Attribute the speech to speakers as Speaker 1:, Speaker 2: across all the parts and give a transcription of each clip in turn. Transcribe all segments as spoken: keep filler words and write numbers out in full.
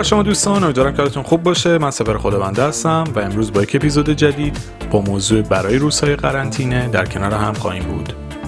Speaker 1: شما دوستان، امیدوارم که حالتون خوب باشه. من سپر خدابنده هستم و امروز با یک اپیزود جدید با موضوع برای روزهای قرنطینه در کنار هم خواهیم بود.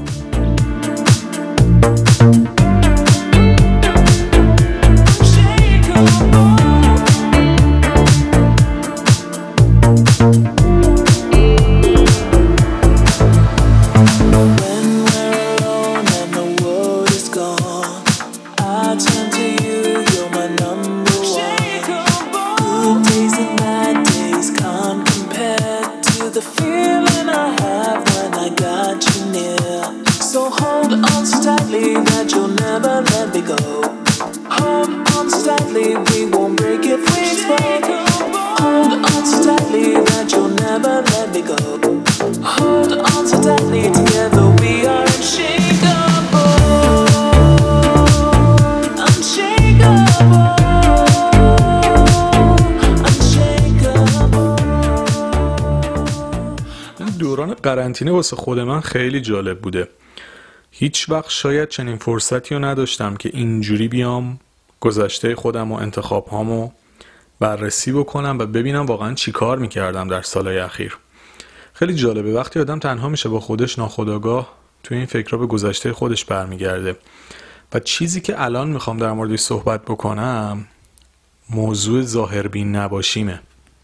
Speaker 1: دوران قرنطینه واسه خود من خیلی جالب بوده. هیچ وقت شاید چنین فرصتی رو نداشتم که اینجوری بیام گذشته خودم و انتخاب هامو بررسی بکنم و ببینم واقعا چی کار میکردم در سالهای اخیر. خیلی جالبه وقتی آدم تنها میشه با خودش، ناخودآگاه توی این فکرها به گذشته خودش برمیگرده. و چیزی که الان میخوام در موردش صحبت بکنم موضوع ظاهربین نباشیمه.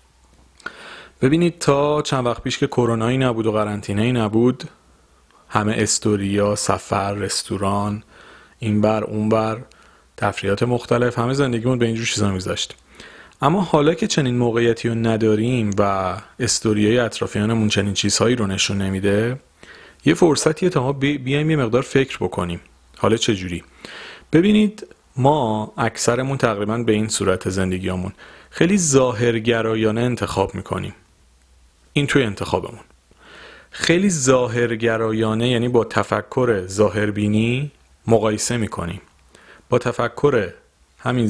Speaker 1: ببینید تا چند وقت پیش که کرونایی نبود و قرنطینه‌ای نبود، همه استوریا، سفر، رستوران، اینور اونور، تفریحات مختلف، همه زندگیمون به اینجور چیزا میگذشت. اما حالا که چنین موقعیتی رو نداریم و استوریای اطرافیانمون چنین چیزهایی رو نشون نمیده، یه فرصتیه تا ما بیایم یه مقدار فکر بکنیم. حالا چجوری؟ ببینید ما اکثرمون تقریبا به این صورت زندگیامون خیلی ظاهرگرایانه انتخاب میکنیم. این توی انتخابمون خیلی ظاهرگرایانه، یعنی با تفکر ظاهربینی مقایسه میکنیم. با تفکر همین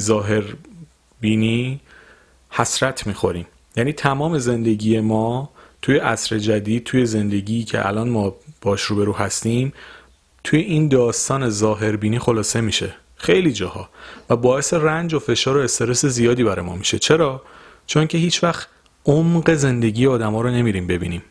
Speaker 1: ظاهربینی حسرت میخوریم. یعنی تمام زندگی ما توی عصر جدید، توی زندگی که الان ما باش روبرو هستیم، توی این داستان ظاهربینی خلاصه میشه خیلی جاها و باعث رنج و فشار و استرس زیادی برای ما میشه. چرا؟ چون که هیچ وقت عمق زندگی آدم ها رو نمیریم ببینیم.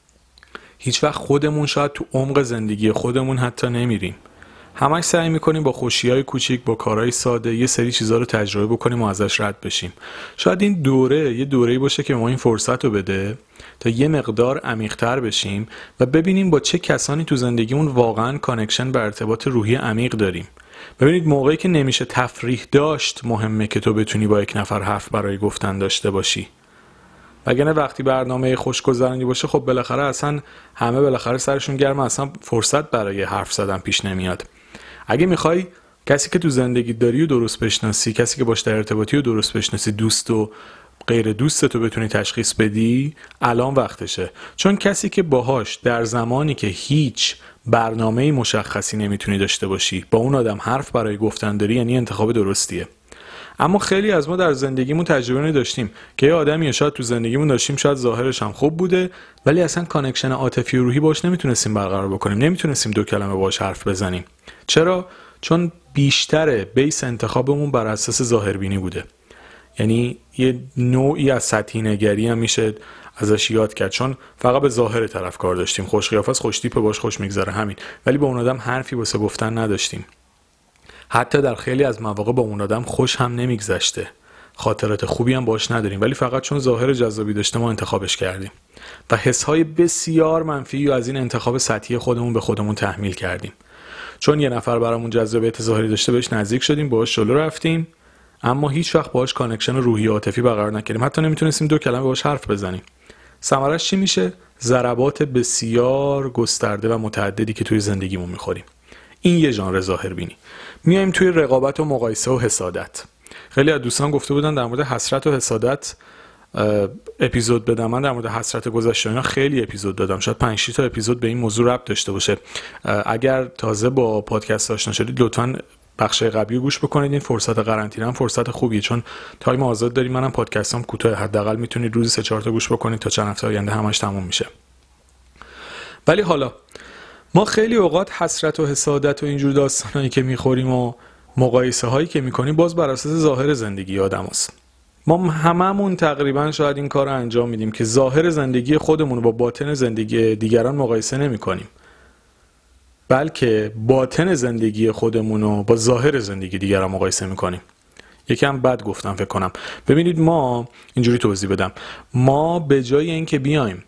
Speaker 1: هیچ وقت خودمون شاید تو عمق زندگی خودمون حتی نمیریم. همش سعی میکنیم با خوشی‌های کوچیک، با کارهای ساده یه سری چیزا رو تجربه بکنیم و ازش رد بشیم. شاید این دوره یه دوره‌ای باشه که ما این فرصت رو بده تا یه مقدار عمیق‌تر بشیم و ببینیم با چه کسانی تو زندگیمون واقعاً کانکشن به ارتباط روحی عمیق داریم. ببینید موقعی که نمیشه تفریح داشت، مهمه که تو بتونی با یک نفر حرف برای گفتن داشته باشی. وگرنه وقتی برنامه خوشگذرانی باشه، خب بالاخره اصلا همه بالاخره سرشون گرمه، اصلا فرصت برای حرف زدن پیش نمیاد. اگه میخوای کسی که تو زندگی داری و درست بشناسی، کسی که باش در ارتباطی و درست بشناسی، دوست و غیر دوست تو بتونی تشخیص بدی، الان وقتشه. چون کسی که باهاش در زمانی که هیچ برنامه‌ای مشخصی نمیتونی داشته باشی با اون آدم حرف برای گفتن داری، یعنی انتخاب درستیه. اما خیلی از ما در زندگیمون تجربه نداشتیم که یه آدمی شاید تو زندگیمون داشتیم، شاید ظاهرش هم خوب بوده، ولی اصلا کانکشن عاطفی و روحی باش نمیتونستیم برقرار بکنیم، نمیتونستیم دو کلمه باش حرف بزنیم. چرا؟ چون بیشتر بیس انتخابمون بر اساس ظاهربینی بوده. یعنی یه نوعی از سطحی نگری هم میشه ازش یاد کرد، چون فقط به ظاهر طرف کار داشتیم. خوش قیافه است، خوش تیپه، باش خوش میگذره، همین. ولی با اون آدم حرفی واسه گفتن نداشتیم. حتی در خیلی از مواقع با اون آدم خوش هم نمیگذشته، خاطرات خوبی هم باش نداریم، ولی فقط چون ظاهر جذابی داشته ما انتخابش کردیم و حسهای بسیار منفی از این انتخاب سطحی خودمون به خودمون تحمیل کردیم. چون یه نفر برامون جذابیت ظاهری داشته، بهش نزدیک شدیم، باهاش جلو رفتیم، اما هیچ وقت باهاش کانکشن روحی عاطفی برقرار نکردیم، حتی نمیتونستیم دو کلمه باهاش حرف بزنیم. ثمرش چی میشه؟ ضربات بسیار گسترده و متعددی که توی زندگیمون میخوریم. این یه ژانر ظاهربینی. میایم توی رقابت و مقایسه و حسادت. خیلی از دوستان گفته بودن در مورد حسرت و حسادت اپیزود بدم. من در مورد حسرت گذشته اینا خیلی اپیزود دادم، شاید پنج شش تا اپیزود به این موضوع ربط داشته باشه. اگر تازه با پادکست آشنا شدید لطفاً بخش قبلی رو گوش بکنید. این فرصت قرنطینه هم فرصت خوبیه، چون تایم آزاد داریم. منم پادکستام کوتاه، حداقل میتونید روزی سه چهار تا گوش بکنید تا چند هفته آینده همش تموم میشه. ولی حالا ما خیلی اوقات حسرت و حسادت و اینجور داستانایی که میخوریم و مقایسه هایی که میکنیم باز بر اساس ظاهر زندگی آدم هست. ما هممون تقریبا شاید این کار رو انجام میدیم که ظاهر زندگی خودمون رو با باطن زندگی دیگران مقایسه نمی کنیم، بلکه باطن زندگی خودمون رو با ظاهر زندگی دیگران مقایسه میکنیم. یکم بد گفتم فکر کنم. ببینید ما اینجوری توضیح بدم، ما به جای اینکه بیایم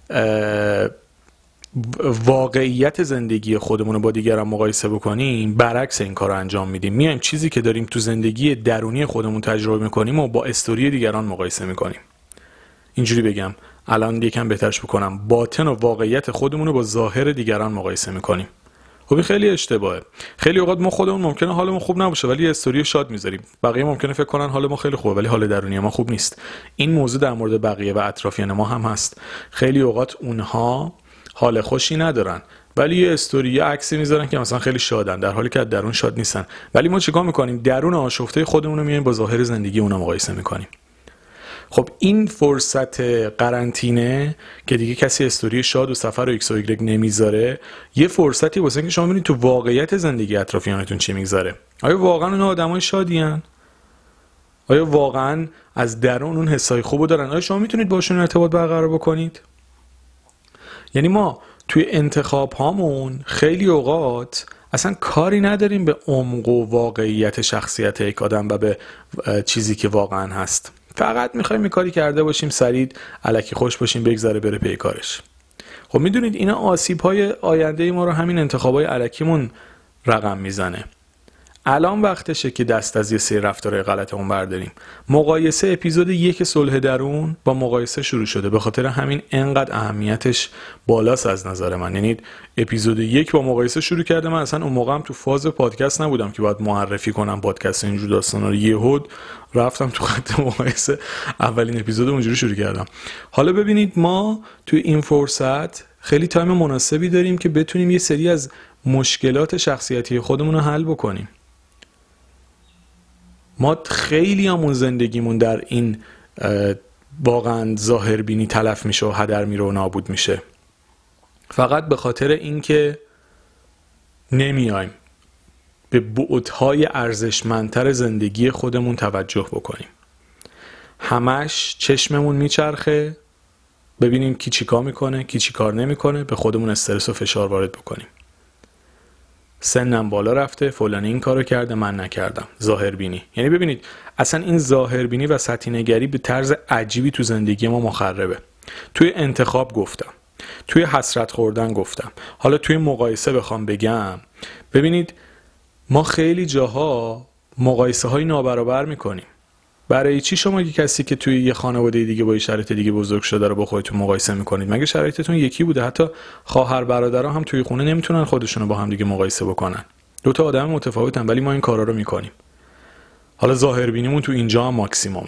Speaker 1: واقعیت زندگی خودمون رو با دیگران مقایسه بکنیم، برعکس این کار رو انجام میدیم. میایم چیزی که داریم تو زندگی درونی خودمون تجربه میکنیم و با استوری دیگران مقایسه میکنیم. اینجوری بگم، الان یکم بهترش بکنم، باطن و واقعیت خودمون رو با ظاهر دیگران مقایسه میکنیم. خب این خیلی اشتباهه. خیلی اوقات ما خودمون ممکنه حالمون خوب نباشه ولی استوری شاد میذاریم. بقیه ممکنه فکر کنن حال ما خیلی خوبه ولی حال درونی ما خوب نیست. این موضوع در مورد بقیه و اطرافیان ما هم هست. خیلی اوقات اونها حال خوشی ندارن ولی یه استوری، یه عکسی میذارن که مثلا خیلی شادن در حالی که درون شاد نیستن. ولی ما چیکار میکنیم؟ درون آشفته خودمون رو میایم با ظاهر زندگی اونها مقایسه میکنیم. خب این فرصت قرنطینه که دیگه کسی استوری شاد و سفر و ایکس و ایگرگ نمیذاره، یه فرصتی واسه اینکه شما ببینید تو واقعیت زندگی اطرافیانتون چی میگذره. آیا واقعا اون آدمای شادی ان؟ آیا واقعا از درون اون حسای خوبو دارن؟ آیا شما میتونید باشون ارتباط برقرار بکنید؟ یعنی ما توی انتخاب هامون خیلی اوقات اصلا کاری نداریم به عمق و واقعیت شخصیت یک آدم و به چیزی که واقعا هست. فقط میخوایم کاری کرده باشیم سریع الکی خوش باشیم بگذره بره پی کارش. خب میدونید اینا آسیب‌های آینده ما رو همین انتخابای الکیمون رقم میزنه. الان وقتشه که دست از یه سری رفتارهای غلطمون برداریم. مقایسه اپیزود یک صلح درون با مقایسه شروع شده، به خاطر همین انقدر اهمیتش بالاست از نظر من. یعنی اپیزود یک با مقایسه شروع کرده، من اصلا اون موقع هم تو فاز پادکست نبودم که باید معرفی کنم پادکست اینجور داستانا رو، یهود رفتم تو خط مقایسه، اولین اپیزود اونجوری شروع کردم. حالا ببینید ما تو این فرصت خیلی تایم مناسبی داریم که بتونیم یه سری از مشکلات شخصیتی خودمون رو حل بکنیم. ما خیلی همون زندگیمون در این واقعا ظاهربینی تلف میشه و هدر میره و نابود میشه، فقط به خاطر اینکه نمیایم به بعدهای ارزشمندتر زندگی خودمون توجه بکنیم. همش چشممون میچرخه ببینیم کی چی کار میکنه کی چی کار نمیکنه، به خودمون استرس و فشار وارد بکنیم. سنم بالا رفته، فلانی این کارو کرده من نکردم. ظاهربینی. یعنی ببینید اصلا این ظاهربینی و سطحی نگری به طرز عجیبی تو زندگی ما مخربه. توی انتخاب گفتم، توی حسرت خوردن گفتم، حالا توی مقایسه بخوام بگم، ببینید ما خیلی جاها مقایسه های نابرابر میکنیم. برای چی شما که کسی که توی یه خانواده دیگه با یه شرایط دیگه بزرگ شده رو با خودتون مقایسه میکنید؟ مگه شرایطتون یکی بوده؟ حتی خواهر برادرها هم توی خونه نمیتونن خودشونو با هم دیگه مقایسه بکنن. دو تا آدم متفاوتن ولی ما این کارا رو میکنیم. حالا ظاهربینیمون تو اینجا هم ماکسیممه.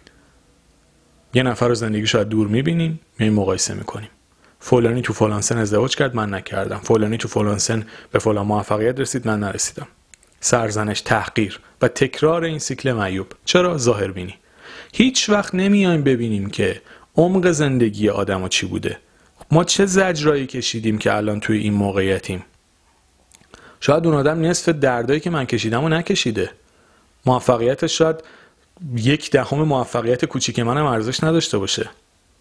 Speaker 1: یه نفر رو زندگیش از دور میبینیم، میایم مقایسه میکنیم. فلانی تو فلان سن ازدواج کرد من نکردم، فلانی تو فلان سن به فلان موفقیت رسید من نرسیدم. سرزنش، تحقیر و تکرار این سیکل معیوب. چرا؟ ظاهربینی. هیچ وقت نمیایم ببینیم که عمق زندگی آدم‌ها چی بوده. ما چه زجرایی کشیدیم که الان توی این موقعیتیم. شاید اون آدم نصف دردایی که من کشیدم رو نکشیده. موفقیتش شاید یک دهم موفقیت کوچیک منم ارزش نداشته باشه.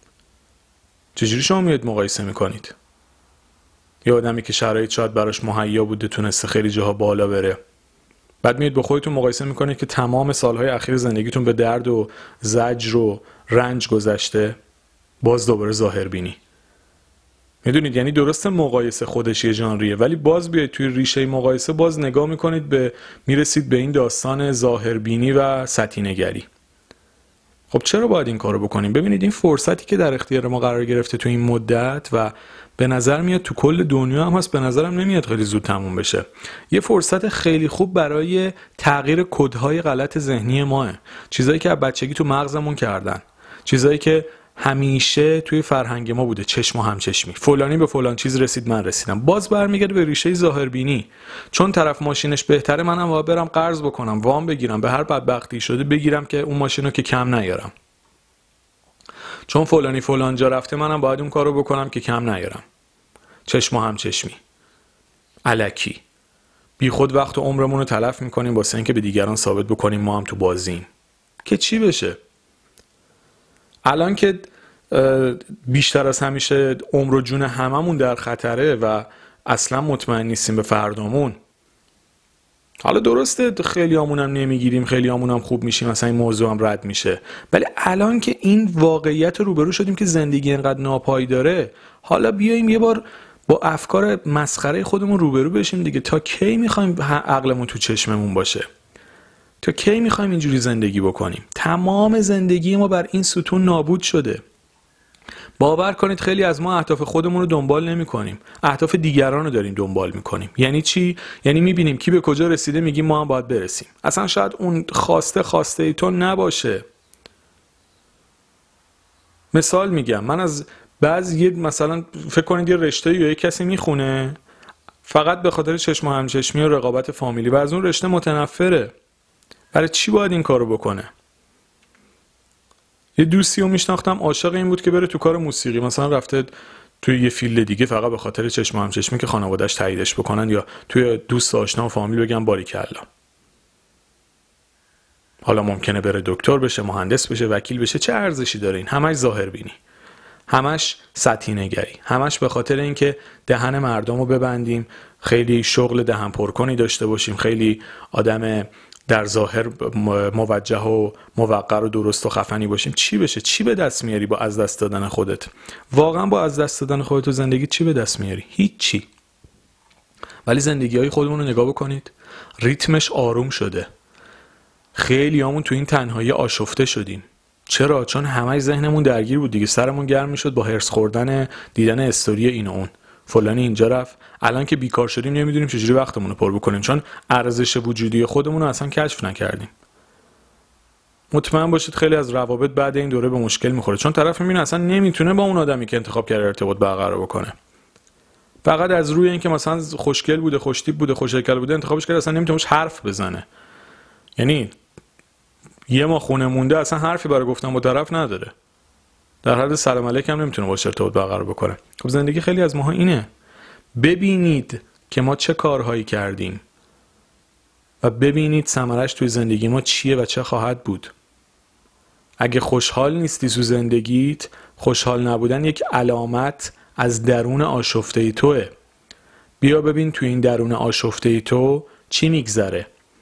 Speaker 1: چجوری شما میاد مقایسه میکنید؟ یه آدمی که شرایط شاید براش مهیا بوده تونسته خیلی جاها بالا بره، بعد میاد با خودتون مقایسه میکنید که تمام سالهای اخیر زندگیتون به درد و زجر و رنج گذشته. باز دوباره ظاهربینی. میدونید یعنی درسته مقایسه خودش یه ژانریه ولی باز بیاید توی ریشه مقایسه باز نگاه میکنید به میرسید به این داستان ظاهربینی و سطحی نگری. خب چرا باید این کارو بکنیم؟ ببینید این فرصتی که در اختیار ما قرار گرفته تو این مدت و به نظر میاد تو کل دنیا هم هست، به نظرم نمیاد خیلی زود تموم بشه. یه فرصت خیلی خوب برای تغییر کدهای غلط ذهنی ماه. چیزایی که از بچگی تو مغزمون کردن، چیزایی که همیشه توی فرهنگ ما بوده، چشم و همچشمی، فلانی به فلان چیز رسید من رسیدم، باز برمیگرده به ریشه ظاهربینی. چون طرف ماشینش بهتره منم باید برم قرض بکنم، وام بگیرم، به هر بدبختی شده بگیرم که اون ماشینو که کم نیارم. چون فلانی فلان جا رفته منم باید اون کارو بکنم که کم نیارم. چشم و همچشمی. الکی. بی خود وقت و عمرمون رو تلف میکنیم واسه اینکه به دیگران ثابت بکنیم ما هم تو بازیم. که چی بشه؟ الان که بیشتر از همیشه عمر و جون هممون در خطره و اصلا مطمئن نیستیم به فردامون. حالا درسته خیلی همونم نمیگیریم، خیلی همونم خوب میشیم، مثلا این موضوع هم رد میشه، ولی الان که این واقعیت روبرو شدیم که زندگی اینقدر ناپایداره، حالا بیاییم یه بار با افکار مسخره خودمون روبرو بشیم دیگه. تا کی میخوایم عقلمون تو چشممون باشه؟ تا کی میخوایم اینجوری زندگی بکنیم؟ تمام زندگی ما بر این ستون نابود شده. باور کنید خیلی از ما اهداف خودمون رو دنبال نمی کنیم، اهداف دیگران رو داریم دنبال میکنیم. یعنی چی؟ یعنی میبینیم کی به کجا رسیده، میگیم ما هم باید برسیم. اصلا شاید اون خواسته خواسته ای تو نباشه. مثال میگم، من از بعضی یه مثلا فکر کنید یه رشته یا یه کسی میخونه فقط به خاطر چشم و همچشمی و رقابت فامیلی و از اون رشته متنفره. برای چی باید این کارو بکنه؟ یه دوستی رو میشناختم عاشق این بود که بره تو کار موسیقی، مثلا رفته توی یه فیلد دیگه فقط به خاطر چشم و همچشمی که خانواده‌اش تاییدش بکنن یا توی دوست آشنا و فامیل بگن باریکلا. حالا ممکنه بره دکتر بشه، مهندس بشه، وکیل بشه، چه ارزشی داره این؟ همش ظاهر بینی، همش سطحی نگری، همش به خاطر اینکه دهن مردم رو ببندیم، خیلی شغل دهن پرکنی داشته باشیم، خیلی آدم در ظاهر موجه و موقر و درست و خفنی باشیم. چی بشه؟ چی به دست میاری با از دست دادن خودت؟ واقعا با از دست دادن خودت تو زندگی چی به دست میاری؟ هیچی. ولی زندگی های خودمون رو نگاه بکنید، ریتمش آروم شده. خیلی همون تو این تنهایی آشفته شدیم. چرا؟ چون همه ذهنمون درگیر بود دیگه، سرمون گرم میشد با هرس خوردن دیدن استوری این و اون، فلانی اینجا رفت. الان که بیکار شدیم نمیدونیم چجوری وقتمون رو پر بکنیم، چون ارزش وجودی خودمون رو اصلا کشف نکردیم. مطمئن باشید خیلی از روابط بعد این دوره به مشکل میخوره، چون طرف میبینه اصلا نمیتونه با اون آدمی که انتخاب کرده ارتباط برقرار بکنه. فقط از روی اینکه مثلا خوشگل بوده، خوشتیپ بوده، خوش‌هیکل بوده انتخابش کرده، اصلا نمیتونه حرف بزنه. یعنی یه ما خونه مونده اصلا حرفی برای گفتن با طرف نداره، در حد سلام علیک هم نمیتونه باشه ارتباط برقرار بکنه. خب زندگی خیلی از ماها اینه. ببینید که ما چه کارهایی کردیم و ببینید ثمرش توی زندگی ما چیه و چه خواهد بود. اگه خوشحال نیستی تو زندگیت، خوشحال نبودن یک علامت از درون آشفته ای توه. بیا ببین توی این درون آشفته ای تو چی میگذره.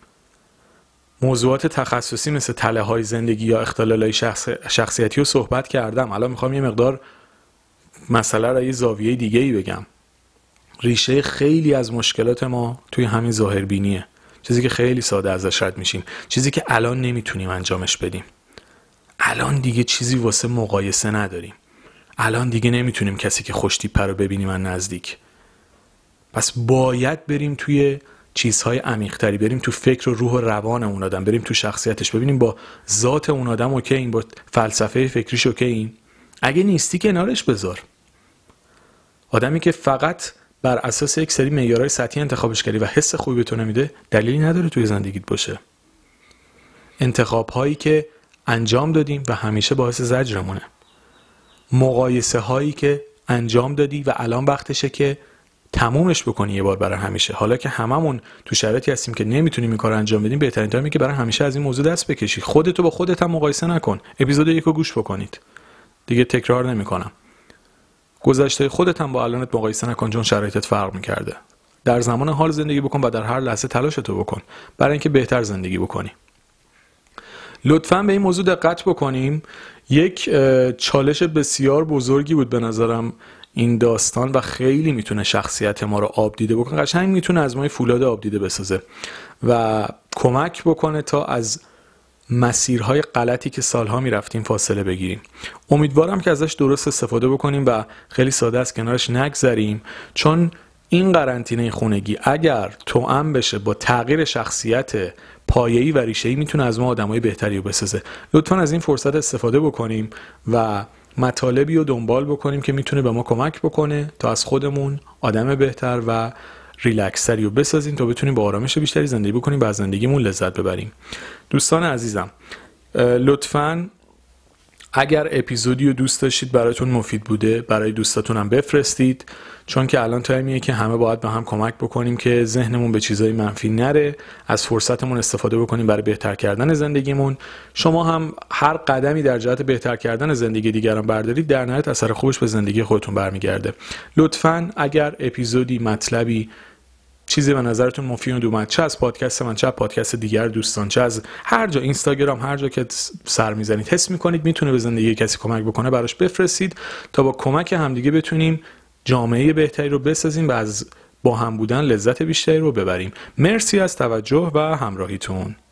Speaker 1: موضوعات تخصصی مثل تله های زندگی یا اختلالای شخص... شخصیتی رو صحبت کردم. الان میخوام یه مقدار مسئله را یه زاویه دیگه ای بگم. ریشه خیلی از مشکلات ما توی همین ظاهربینیه، چیزی که خیلی ساده ازش رد میشیم، چیزی که الان نمیتونیم انجامش بدیم. الان دیگه چیزی واسه مقایسه نداریم. الان دیگه نمیتونیم کسی که خوش تیپه رو ببینیم از نزدیک. پس باید بریم توی چیزهای عمیق‌تری، بریم تو فکر و روح و روان اون آدم، بریم تو شخصیتش، ببینیم با ذات اون آدم اوکی این، با فلسفه فکریش اوکی این. اگه نیستی کنارش بذار. آدمی که فقط بر اساس یک سری معیارهای سطحی انتخابش کردی و حس خوبی به تو نمیده، دلیلی نداره توی زندگیت باشه. انتخاب‌هایی که انجام دادیم و همیشه باعث زجرمونه. مقایسه هایی که انجام دادی و الان وقتشه که تمومش بکنی یه بار برای همیشه. حالا که هممون تو شرایطی هستیم که نمیتونیم این کارو انجام بدیم، بهترین تایمی که برای همیشه از این موضوع دست بکشی. خودتو با خودت هم مقایسه نکن. اپیزود یکو گوش بکنید. دیگه تکرار نمیکنم. گذشته خودت هم با الانت مقایسه نکن، چون شرایطت فرق میکرده. در زمان حال زندگی بکن و در هر لحظه تلاشتو بکن برای اینکه بهتر زندگی بکنی. لطفاً به این موضوع دقت بکنیم. یک چالش بسیار بزرگی بود به نظرم این داستان و خیلی میتونه شخصیت ما رو آب دیده بکنه. قشنگ میتونه از ما فولاد آب دیده بسازه و کمک بکنه تا از مسیرهای غلطی که سالها میرفتیم فاصله بگیریم. امیدوارم که ازش درست استفاده بکنیم و خیلی ساده از کنارش نگذریم، چون این قرنطینه خونگی اگر توأم بشه با تغییر شخصیت پایه‌ای و ریشه‌ای میتونه از ما آدمای بهتری رو بسازه. لطفاً از این فرصت استفاده بکنیم و مطالبی رو دنبال بکنیم که میتونه به ما کمک بکنه تا از خودمون آدم بهتر و ریلکسری رو بسازیم تا بتونیم با آرامش بیشتری زندگی بکنیم و از زندگیمون لذت ببریم. دوستان عزیزم، لطفاً اگر اپیزودی رو دوست داشتید براتون مفید بوده، برای دوستاتون هم بفرستید، چون که الان تایمیه که همه باید به هم کمک بکنیم که ذهنمون به چیزای منفی نره، از فرصتمون استفاده بکنیم برای بهتر کردن زندگیمون. شما هم هر قدمی در جهت بهتر کردن زندگی دیگران بردارید، در نهایت اثر خوبش به زندگی خودتون برمیگرده. لطفاً اگر اپیزودی، مطلبی، چیزی به نظرتون مفید اومد، چه از پادکست من، چه از پادکست دیگر دوستان، چه از هر جا، اینستاگرام، هر جا که سر میزنید حس میکنید میتونه به زندگی کسی کمک بکنه، براش بفرستید تا با کمک همدیگه بتونیم جامعه بهتری رو بسازیم و از با هم بودن لذت بیشتری رو ببریم. مرسی از توجه و همراهیتون.